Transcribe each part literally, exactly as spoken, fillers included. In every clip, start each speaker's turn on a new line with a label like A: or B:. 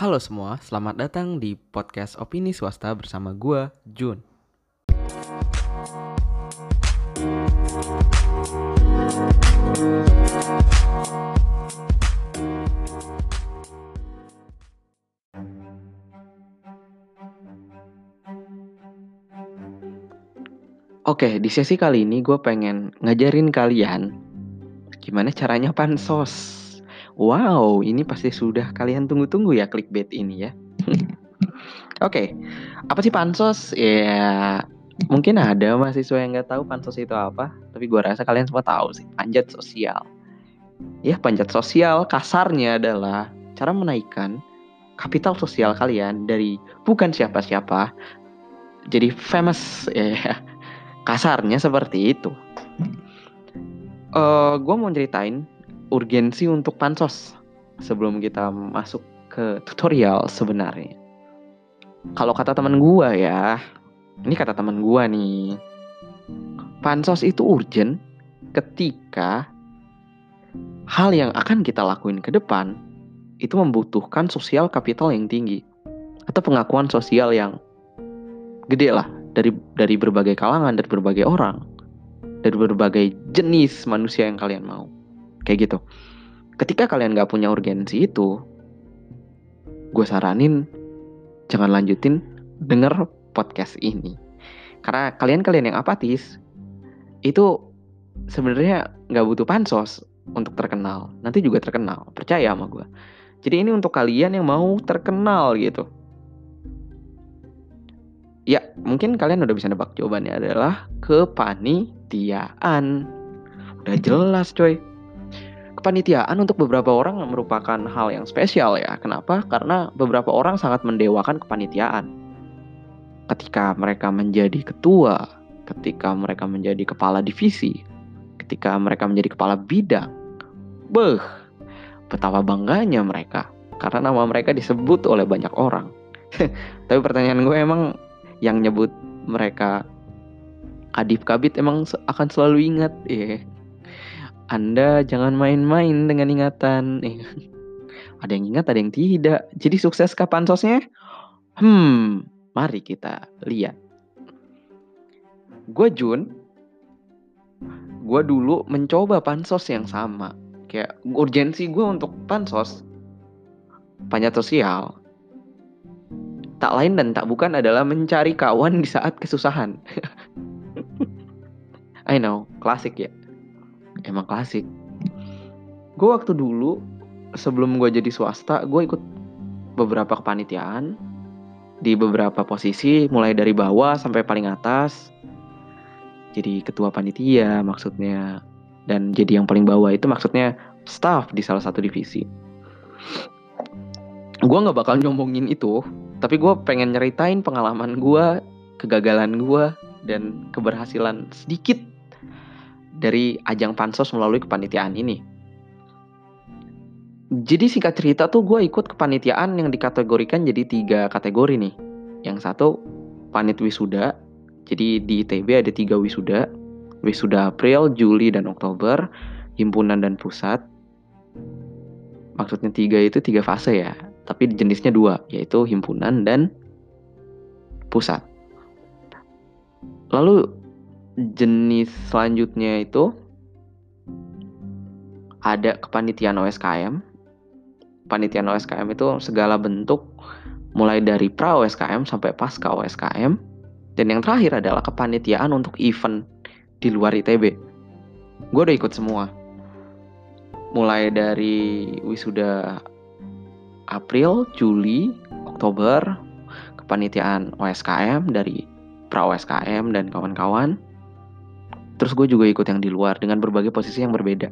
A: Halo semua, selamat datang di podcast Opini Swasta bersama gua, Jun. Oke, di sesi kali ini gue pengen ngajarin kalian gimana caranya pansos. Wow, ini pasti sudah kalian tunggu-tunggu ya clickbait ini ya. Oke, apa sih pansos? Ya, mungkin ada mahasiswa yang nggak tahu pansos itu apa, tapi gue rasa kalian semua tahu sih, panjat sosial. Ya, panjat sosial kasarnya adalah cara menaikkan kapital sosial kalian dari bukan siapa-siapa jadi famous ya. Kasarnya seperti itu. Uh, gue mau ceritain urgensi untuk pansos sebelum kita masuk ke tutorial sebenarnya. Kalau kata teman gue ya, ini kata teman gue nih, pansos itu urgent ketika hal yang akan kita lakuin ke depan itu membutuhkan sosial kapital yang tinggi atau pengakuan sosial yang gede lah dari dari berbagai kalangan, dari berbagai orang, dari berbagai jenis manusia yang kalian mau. Kayak gitu. Ketika kalian gak punya urgensi itu, gue saranin jangan lanjutin denger podcast ini. Karena kalian-kalian yang apatis itu sebenarnya gak butuh pansos untuk terkenal. Nanti juga terkenal, percaya sama gue. Jadi ini untuk kalian yang mau terkenal gitu. Ya, mungkin kalian udah bisa nebak jawabannya adalah kepanitiaan. Udah jelas coy. Kepanitiaan untuk beberapa orang merupakan hal yang spesial ya. Kenapa? Karena beberapa orang sangat mendewakan kepanitiaan. Ketika mereka menjadi ketua, ketika mereka menjadi kepala divisi, ketika mereka menjadi kepala bidang, beh, betapa bangganya mereka. Karena nama mereka disebut oleh banyak orang. Tapi pertanyaan gue, emang yang nyebut mereka kadif kabid emang akan selalu ingat? Iya. Anda jangan main-main dengan ingatan. Ada yang ingat, ada yang tidak. Jadi sukses kah pansosnya? Hmm, mari kita lihat. Gue Jun, gue dulu mencoba pansos yang sama. Kayak urgensi gue untuk pansos, panjat sosial, tak lain dan tak bukan adalah mencari kawan di saat kesusahan. I know, klasik ya. Emang klasik. Gue waktu dulu sebelum gue jadi swasta, gue ikut beberapa kepanitiaan di beberapa posisi, mulai dari bawah sampai paling atas. Jadi ketua panitia maksudnya, dan jadi yang paling bawah itu maksudnya staff di salah satu divisi. Gue gak bakal nyombongin itu, tapi gue pengen nyeritain pengalaman gue, kegagalan gue, dan keberhasilan sedikit dari ajang pansos melalui kepanitiaan ini. Jadi singkat cerita tuh gue ikut kepanitiaan yang dikategorikan jadi tiga kategori nih. Yang satu panit wisuda. Jadi di I T B ada tiga wisuda. Wisuda April, Juli, dan Oktober. Himpunan dan pusat. Maksudnya tiga itu tiga fase ya. Tapi jenisnya dua, yaitu himpunan dan pusat. Lalu jenis selanjutnya itu ada kepanitiaan O S K M. Panitiaan O S K M itu segala bentuk, mulai dari pra O S K M sampai pasca O S K M. Dan yang terakhir adalah kepanitiaan untuk event di luar I T B. Gue udah ikut semua. Mulai dari wisuda April, Juli, Oktober, kepanitiaan O S K M dari pra O S K M dan kawan-kawan. Terus gue juga ikut yang di luar dengan berbagai posisi yang berbeda.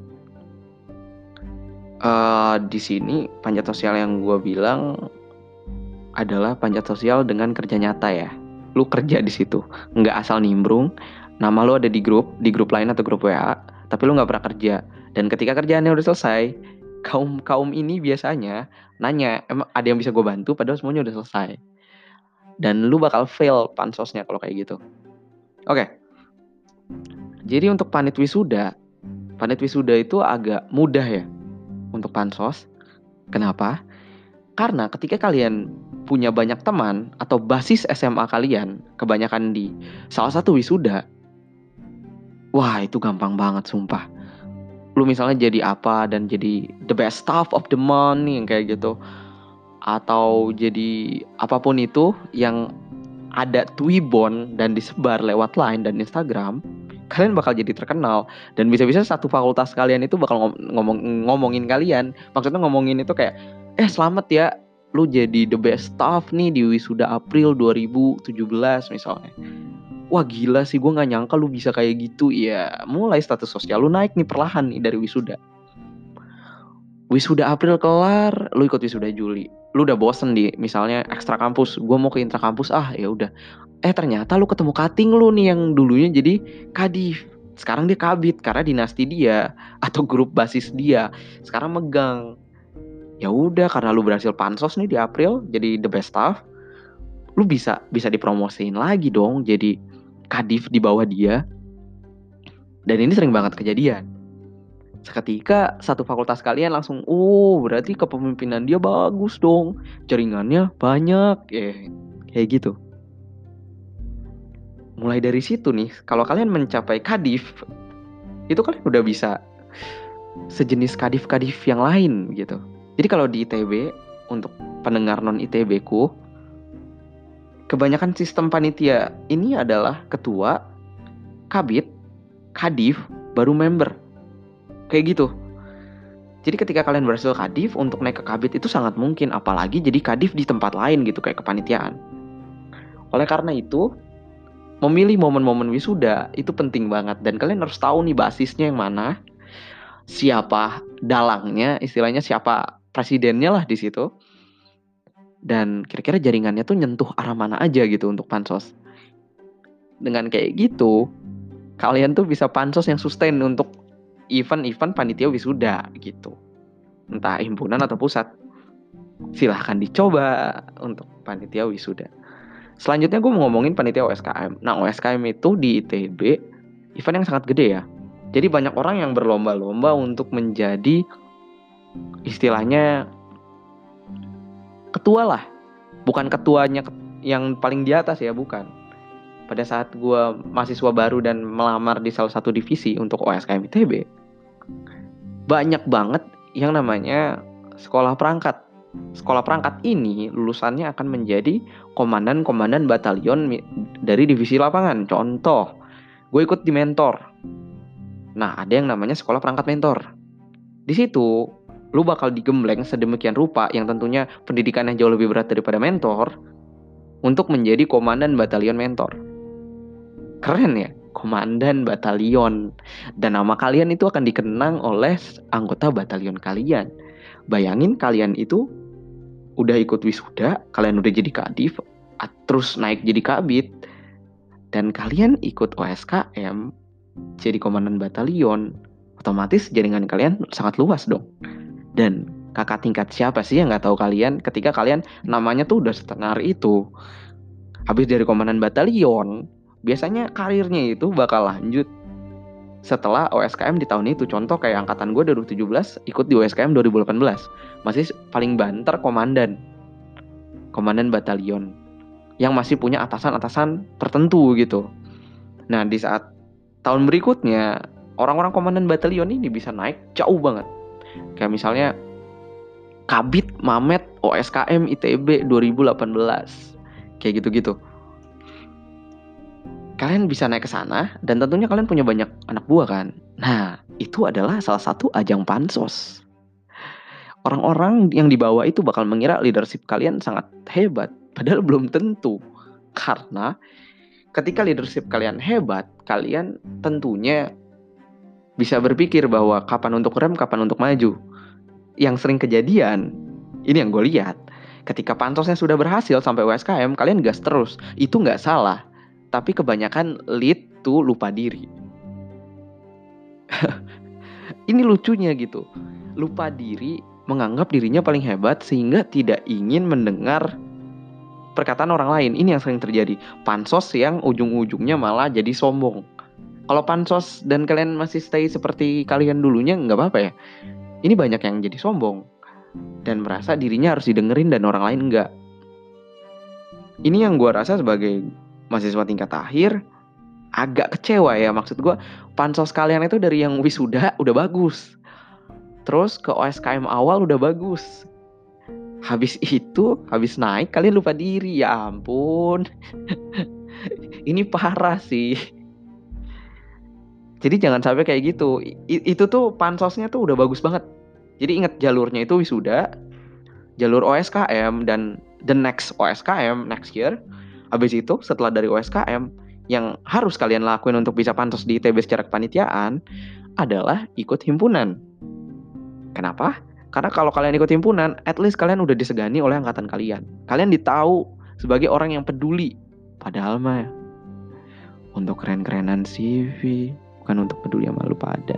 A: Uh, di sini panjat sosial yang gue bilang adalah panjat sosial dengan kerja nyata ya. Lu kerja di situ, nggak asal nimbrung. Nama lu ada di grup, di grup lain atau grup W A, tapi lu nggak pernah kerja. Dan ketika kerjaannya udah selesai, kaum kaum ini biasanya nanya, emang ada yang bisa gue bantu? Padahal semuanya udah selesai. Dan lu bakal fail pansosnya kalau kayak gitu. Oke. Okay. Jadi untuk panit wisuda, panit wisuda itu agak mudah ya untuk pansos. Kenapa? Karena ketika kalian punya banyak teman atau basis S M A kalian kebanyakan di salah satu wisuda, wah itu gampang banget sumpah. Lu misalnya jadi apa dan jadi the best staff of the month nih yang kayak gitu, atau jadi apapun itu yang ada Twibbon dan disebar lewat Line dan Instagram, kalian bakal jadi terkenal dan bisa-bisa satu fakultas kalian itu bakal ngomong ngomongin kalian. Maksudnya ngomongin itu kayak, eh selamat ya, lu jadi the best staff nih di wisuda April dua ribu tujuh belas misalnya. Wah gila sih, gue gak nyangka lu bisa kayak gitu. Ya mulai status sosial lu naik nih perlahan nih dari wisuda. Wisuda April kelar, lu ikut wisuda Juli. Lu udah bosen di misalnya ekstra kampus, gue mau ke intra kampus, ah ya udah. Eh ternyata lu ketemu kating lu nih yang dulunya jadi kadif. Sekarang dia kabit karena dinasti dia atau grup basis dia sekarang megang. Ya udah, karena lu berhasil pansos nih di April jadi the best staff, lu bisa bisa dipromosiin lagi dong jadi kadif di bawah dia. Dan ini sering banget kejadian. Seketika satu fakultas kalian langsung, oh berarti kepemimpinan dia bagus dong, jaringannya banyak, eh kayak gitu. Mulai dari situ nih, kalau kalian mencapai kadif, itu kalian udah bisa sejenis kadif-kadif yang lain gitu. Jadi kalau di I T B, untuk pendengar non I T B ku, kebanyakan sistem panitia ini adalah ketua, kabit, kadif, baru member. Kayak gitu. Jadi ketika kalian berhasil kadif, untuk naik ke kabit itu sangat mungkin, apalagi jadi kadif di tempat lain gitu, kayak kepanitiaan. Oleh karena itu, memilih momen-momen wisuda itu penting banget. Dan kalian harus tahu nih basisnya yang mana, siapa dalangnya, istilahnya siapa presidennya lah di situ. Dan kira-kira jaringannya tuh nyentuh arah mana aja gitu untuk pansos. Dengan kayak gitu, kalian tuh bisa pansos yang sustain untuk event-event panitia wisuda gitu. Entah himpunan atau pusat. Silahkan dicoba untuk panitia wisuda. Selanjutnya gue mau ngomongin panitia O S K M. Nah O S K M itu di I T B event yang sangat gede ya. Jadi banyak orang yang berlomba-lomba untuk menjadi istilahnya ketua lah. Bukan ketuanya yang paling di atas ya, bukan. Pada saat gue mahasiswa baru dan melamar di salah satu divisi untuk O S K M I T B, banyak banget yang namanya sekolah perangkat. Sekolah perangkat ini lulusannya akan menjadi komandan-komandan batalion dari divisi lapangan. Contoh, gue ikut di mentor. Nah, ada yang namanya sekolah perangkat mentor. Di situ, lu bakal digembleng sedemikian rupa yang tentunya pendidikannya jauh lebih berat daripada mentor untuk menjadi komandan batalion mentor. Keren ya? Komandan batalion. Dan nama kalian itu akan dikenang oleh anggota batalion kalian. Bayangin kalian itu udah ikut wisuda, kalian udah jadi kadif, terus naik jadi kabit, dan kalian ikut O S K M jadi komandan batalion, otomatis jaringan kalian sangat luas dong. Dan kakak tingkat siapa sih yang gak tahu kalian ketika kalian namanya tuh udah setenar itu. Habis dari komandan batalion, biasanya karirnya itu bakal lanjut setelah O S K M di tahun itu. Contoh kayak angkatan gue dua ribu tujuh belas ikut di O S K M dua ribu delapan belas, masih paling banter komandan komandan batalion yang masih punya atasan-atasan tertentu gitu. Nah di saat tahun berikutnya orang-orang komandan batalion ini bisa naik jauh banget. Kayak misalnya kabit Mamet O S K M I T B dua ribu delapan belas, kayak gitu-gitu. Kalian bisa naik ke sana dan tentunya kalian punya banyak anak buah kan. Nah, itu adalah salah satu ajang pansos. Orang-orang yang di bawah itu bakal mengira leadership kalian sangat hebat, padahal belum tentu. Karena ketika leadership kalian hebat, kalian tentunya bisa berpikir bahwa kapan untuk rem, kapan untuk maju. Yang sering kejadian, ini yang gue lihat, ketika pansosnya sudah berhasil sampai U S K M, kalian gas terus. Itu nggak salah. Tapi kebanyakan lead tuh lupa diri. Ini lucunya gitu. Lupa diri, menganggap dirinya paling hebat sehingga tidak ingin mendengar perkataan orang lain. Ini yang sering terjadi. Pansos yang ujung-ujungnya malah jadi sombong. Kalau pansos dan kalian masih stay seperti kalian dulunya nggak apa-apa ya. Ini banyak yang jadi sombong. dan merasa dirinya harus didengerin dan orang lain enggak. Ini yang gue rasa sebagai mahasiswa tingkat akhir agak kecewa ya. Maksud gue, pansos kalian itu dari yang wisuda udah bagus, terus ke O S K M awal udah bagus, habis itu habis naik kalian lupa diri. Ya ampun. Ini parah sih. Jadi jangan sampai kayak gitu. I- itu tuh pansosnya tuh udah bagus banget. Jadi ingat, jalurnya itu wisuda, jalur O S K M, dan the next O S K M next year. Habis itu setelah dari O S K M, yang harus kalian lakuin untuk bisa pansos di I T B secara kepanitiaan adalah ikut himpunan. Kenapa? Karena kalau kalian ikut himpunan, at least kalian udah disegani oleh angkatan kalian. Kalian ditahu sebagai orang yang peduli. Padahal mah untuk keren-kerenan C V, bukan untuk peduli sama lu pada.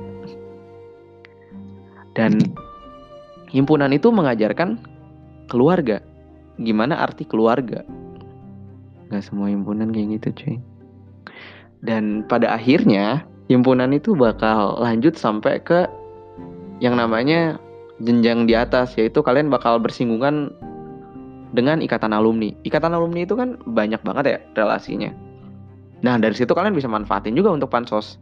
A: Dan himpunan itu mengajarkan keluarga. Gimana arti keluarga? Gak semua himpunan kayak gitu, cuy. Dan pada akhirnya himpunan itu bakal lanjut sampai ke yang namanya jenjang di atas, yaitu kalian bakal bersinggungan dengan ikatan alumni. Ikatan alumni itu kan banyak banget ya relasinya. Nah, dari situ kalian bisa manfaatin juga untuk pansos.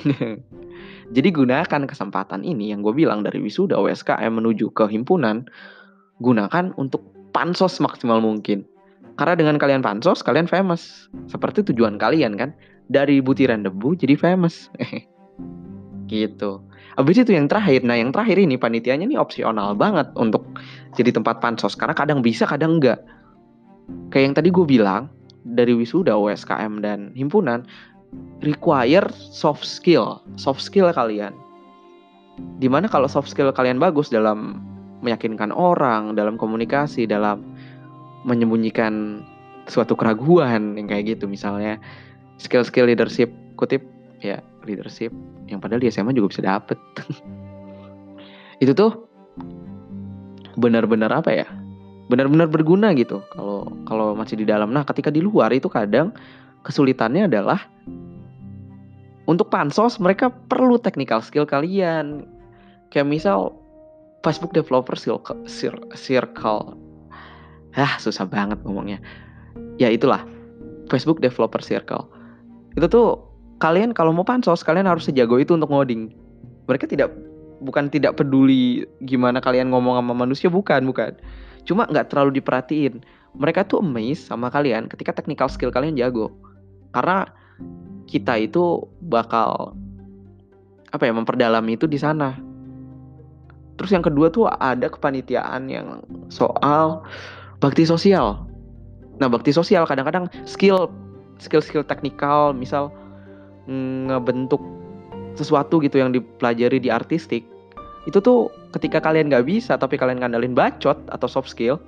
A: Jadi gunakan kesempatan ini yang gue bilang, dari wisuda O S K M menuju ke himpunan, gunakan untuk pansos maksimal mungkin. Karena dengan kalian pansos, kalian famous. Seperti tujuan kalian kan, dari butiran debu jadi famous. Gitu. Habis itu yang terakhir, nah yang terakhir ini panitianya nih opsional banget untuk jadi tempat pansos. Karena kadang bisa, kadang enggak. Kayak yang tadi gue bilang, dari wisuda O S K M dan himpunan, require soft skill. Soft skill kalian. Dimana kalau soft skill kalian bagus dalam meyakinkan orang, dalam komunikasi, dalam menyembunyikan suatu keraguan, yang kayak gitu misalnya. Skill-skill leadership, kutip ya, leadership yang padahal di S M A juga bisa dapet. Itu tuh benar-benar apa ya, benar-benar berguna gitu kalau kalau masih di dalam. Nah, ketika di luar itu kadang kesulitannya adalah untuk pansos mereka perlu technical skill kalian. Kayak misal Facebook developer circle, circle. Hah, susah banget ngomongnya. Ya itulah, Facebook developer circle. Itu tuh kalian kalau mau pansos, kalian harus sejago itu untuk ngoding. Mereka tidak, bukan tidak peduli gimana kalian ngomong sama manusia, bukan, bukan. Cuma nggak terlalu diperhatiin. Mereka tuh amazed sama kalian ketika technical skill kalian jago. Karena kita itu bakal apa ya, memperdalam itu di sana. Terus yang kedua tuh ada kepanitiaan yang soal bakti sosial. Nah, bakti sosial kadang-kadang skill skill-skill teknikal, misal ngebentuk sesuatu gitu yang dipelajari di artistik, itu tuh ketika kalian nggak bisa tapi kalian ngandalin bacot atau soft skill.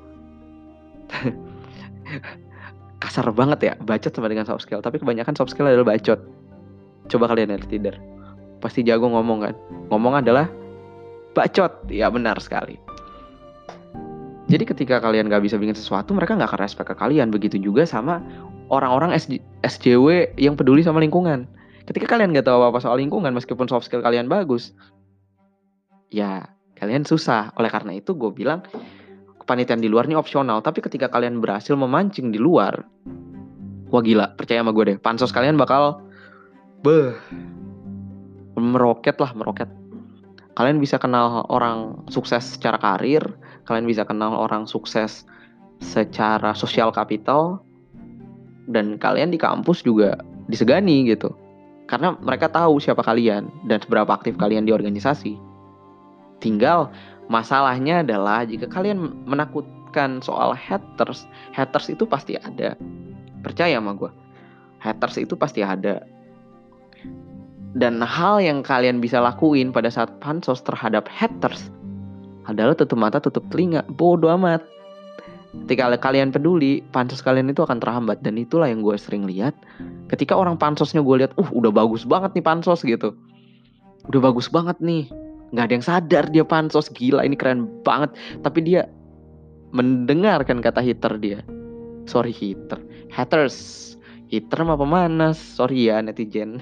A: Kasar banget ya, bacot sama dengan soft skill, tapi kebanyakan soft skill adalah bacot. Coba kalian lihat Tinder, pasti jago ngomong kan. Ngomong adalah bacot, ya benar sekali. Jadi ketika kalian gak bisa bikin sesuatu, mereka gak akan respect ke kalian. Begitu juga sama orang-orang S J W yang peduli sama lingkungan. Ketika kalian gak tahu apa-apa soal lingkungan, meskipun soft skill kalian bagus, ya kalian susah. Oleh karena itu gue bilang, kepanitiaan di luar ini opsional. Tapi ketika kalian berhasil memancing di luar, wah gila, percaya sama gue deh, pansos kalian bakal beuh, meroket lah, meroket. Kalian bisa kenal orang sukses secara karir, kalian bisa kenal orang sukses secara sosial kapital, dan kalian di kampus juga disegani gitu. Karena mereka tahu siapa kalian dan seberapa aktif kalian di organisasi. Tinggal masalahnya adalah jika kalian menakutkan soal haters, haters itu pasti ada. Percaya sama gue, haters itu pasti ada. Dan hal yang kalian bisa lakuin pada saat pansos terhadap haters adalah tutup mata, tutup telinga. Bodoh amat. Ketika kalian peduli, pansos kalian itu akan terhambat. Dan itulah yang gue sering lihat. Ketika orang pansosnya gue lihat, uh udah bagus banget nih pansos gitu. Udah bagus banget nih. Gak ada yang sadar dia pansos. Gila, ini keren banget. Tapi dia mendengarkan kata hater dia. Sorry hater. Haters. Hater mah pemanas. Sorry ya netizen.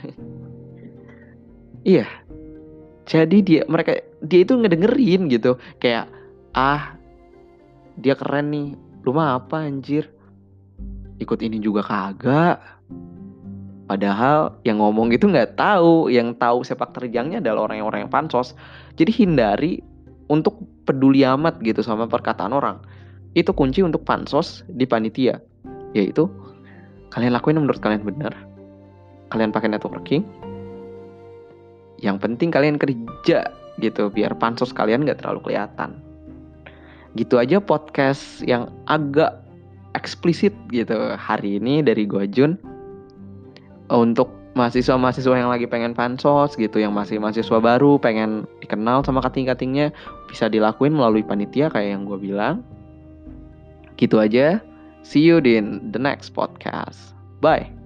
A: Iya. Jadi dia mereka dia itu ngedengerin gitu. Kayak ah dia keren nih, lu mah apa anjir, ikut ini juga kagak. Padahal yang ngomong itu nggak tahu, yang tahu sepak terjangnya adalah orang-orang yang pansos. Jadi hindari untuk peduli amat gitu sama perkataan orang. Itu kunci untuk pansos di panitia, yaitu kalian lakuin yang menurut kalian benar. Kalian pakai networking. Yang penting kalian kerja gitu, biar pansos kalian nggak terlalu kelihatan. Gitu aja podcast yang agak eksplisit gitu hari ini dari gua Jun. Untuk mahasiswa-mahasiswa yang lagi pengen pansos gitu, yang masih mahasiswa baru pengen dikenal sama kating-katingnya, bisa dilakuin melalui panitia kayak yang gue bilang. Gitu aja. See you in the next podcast. Bye.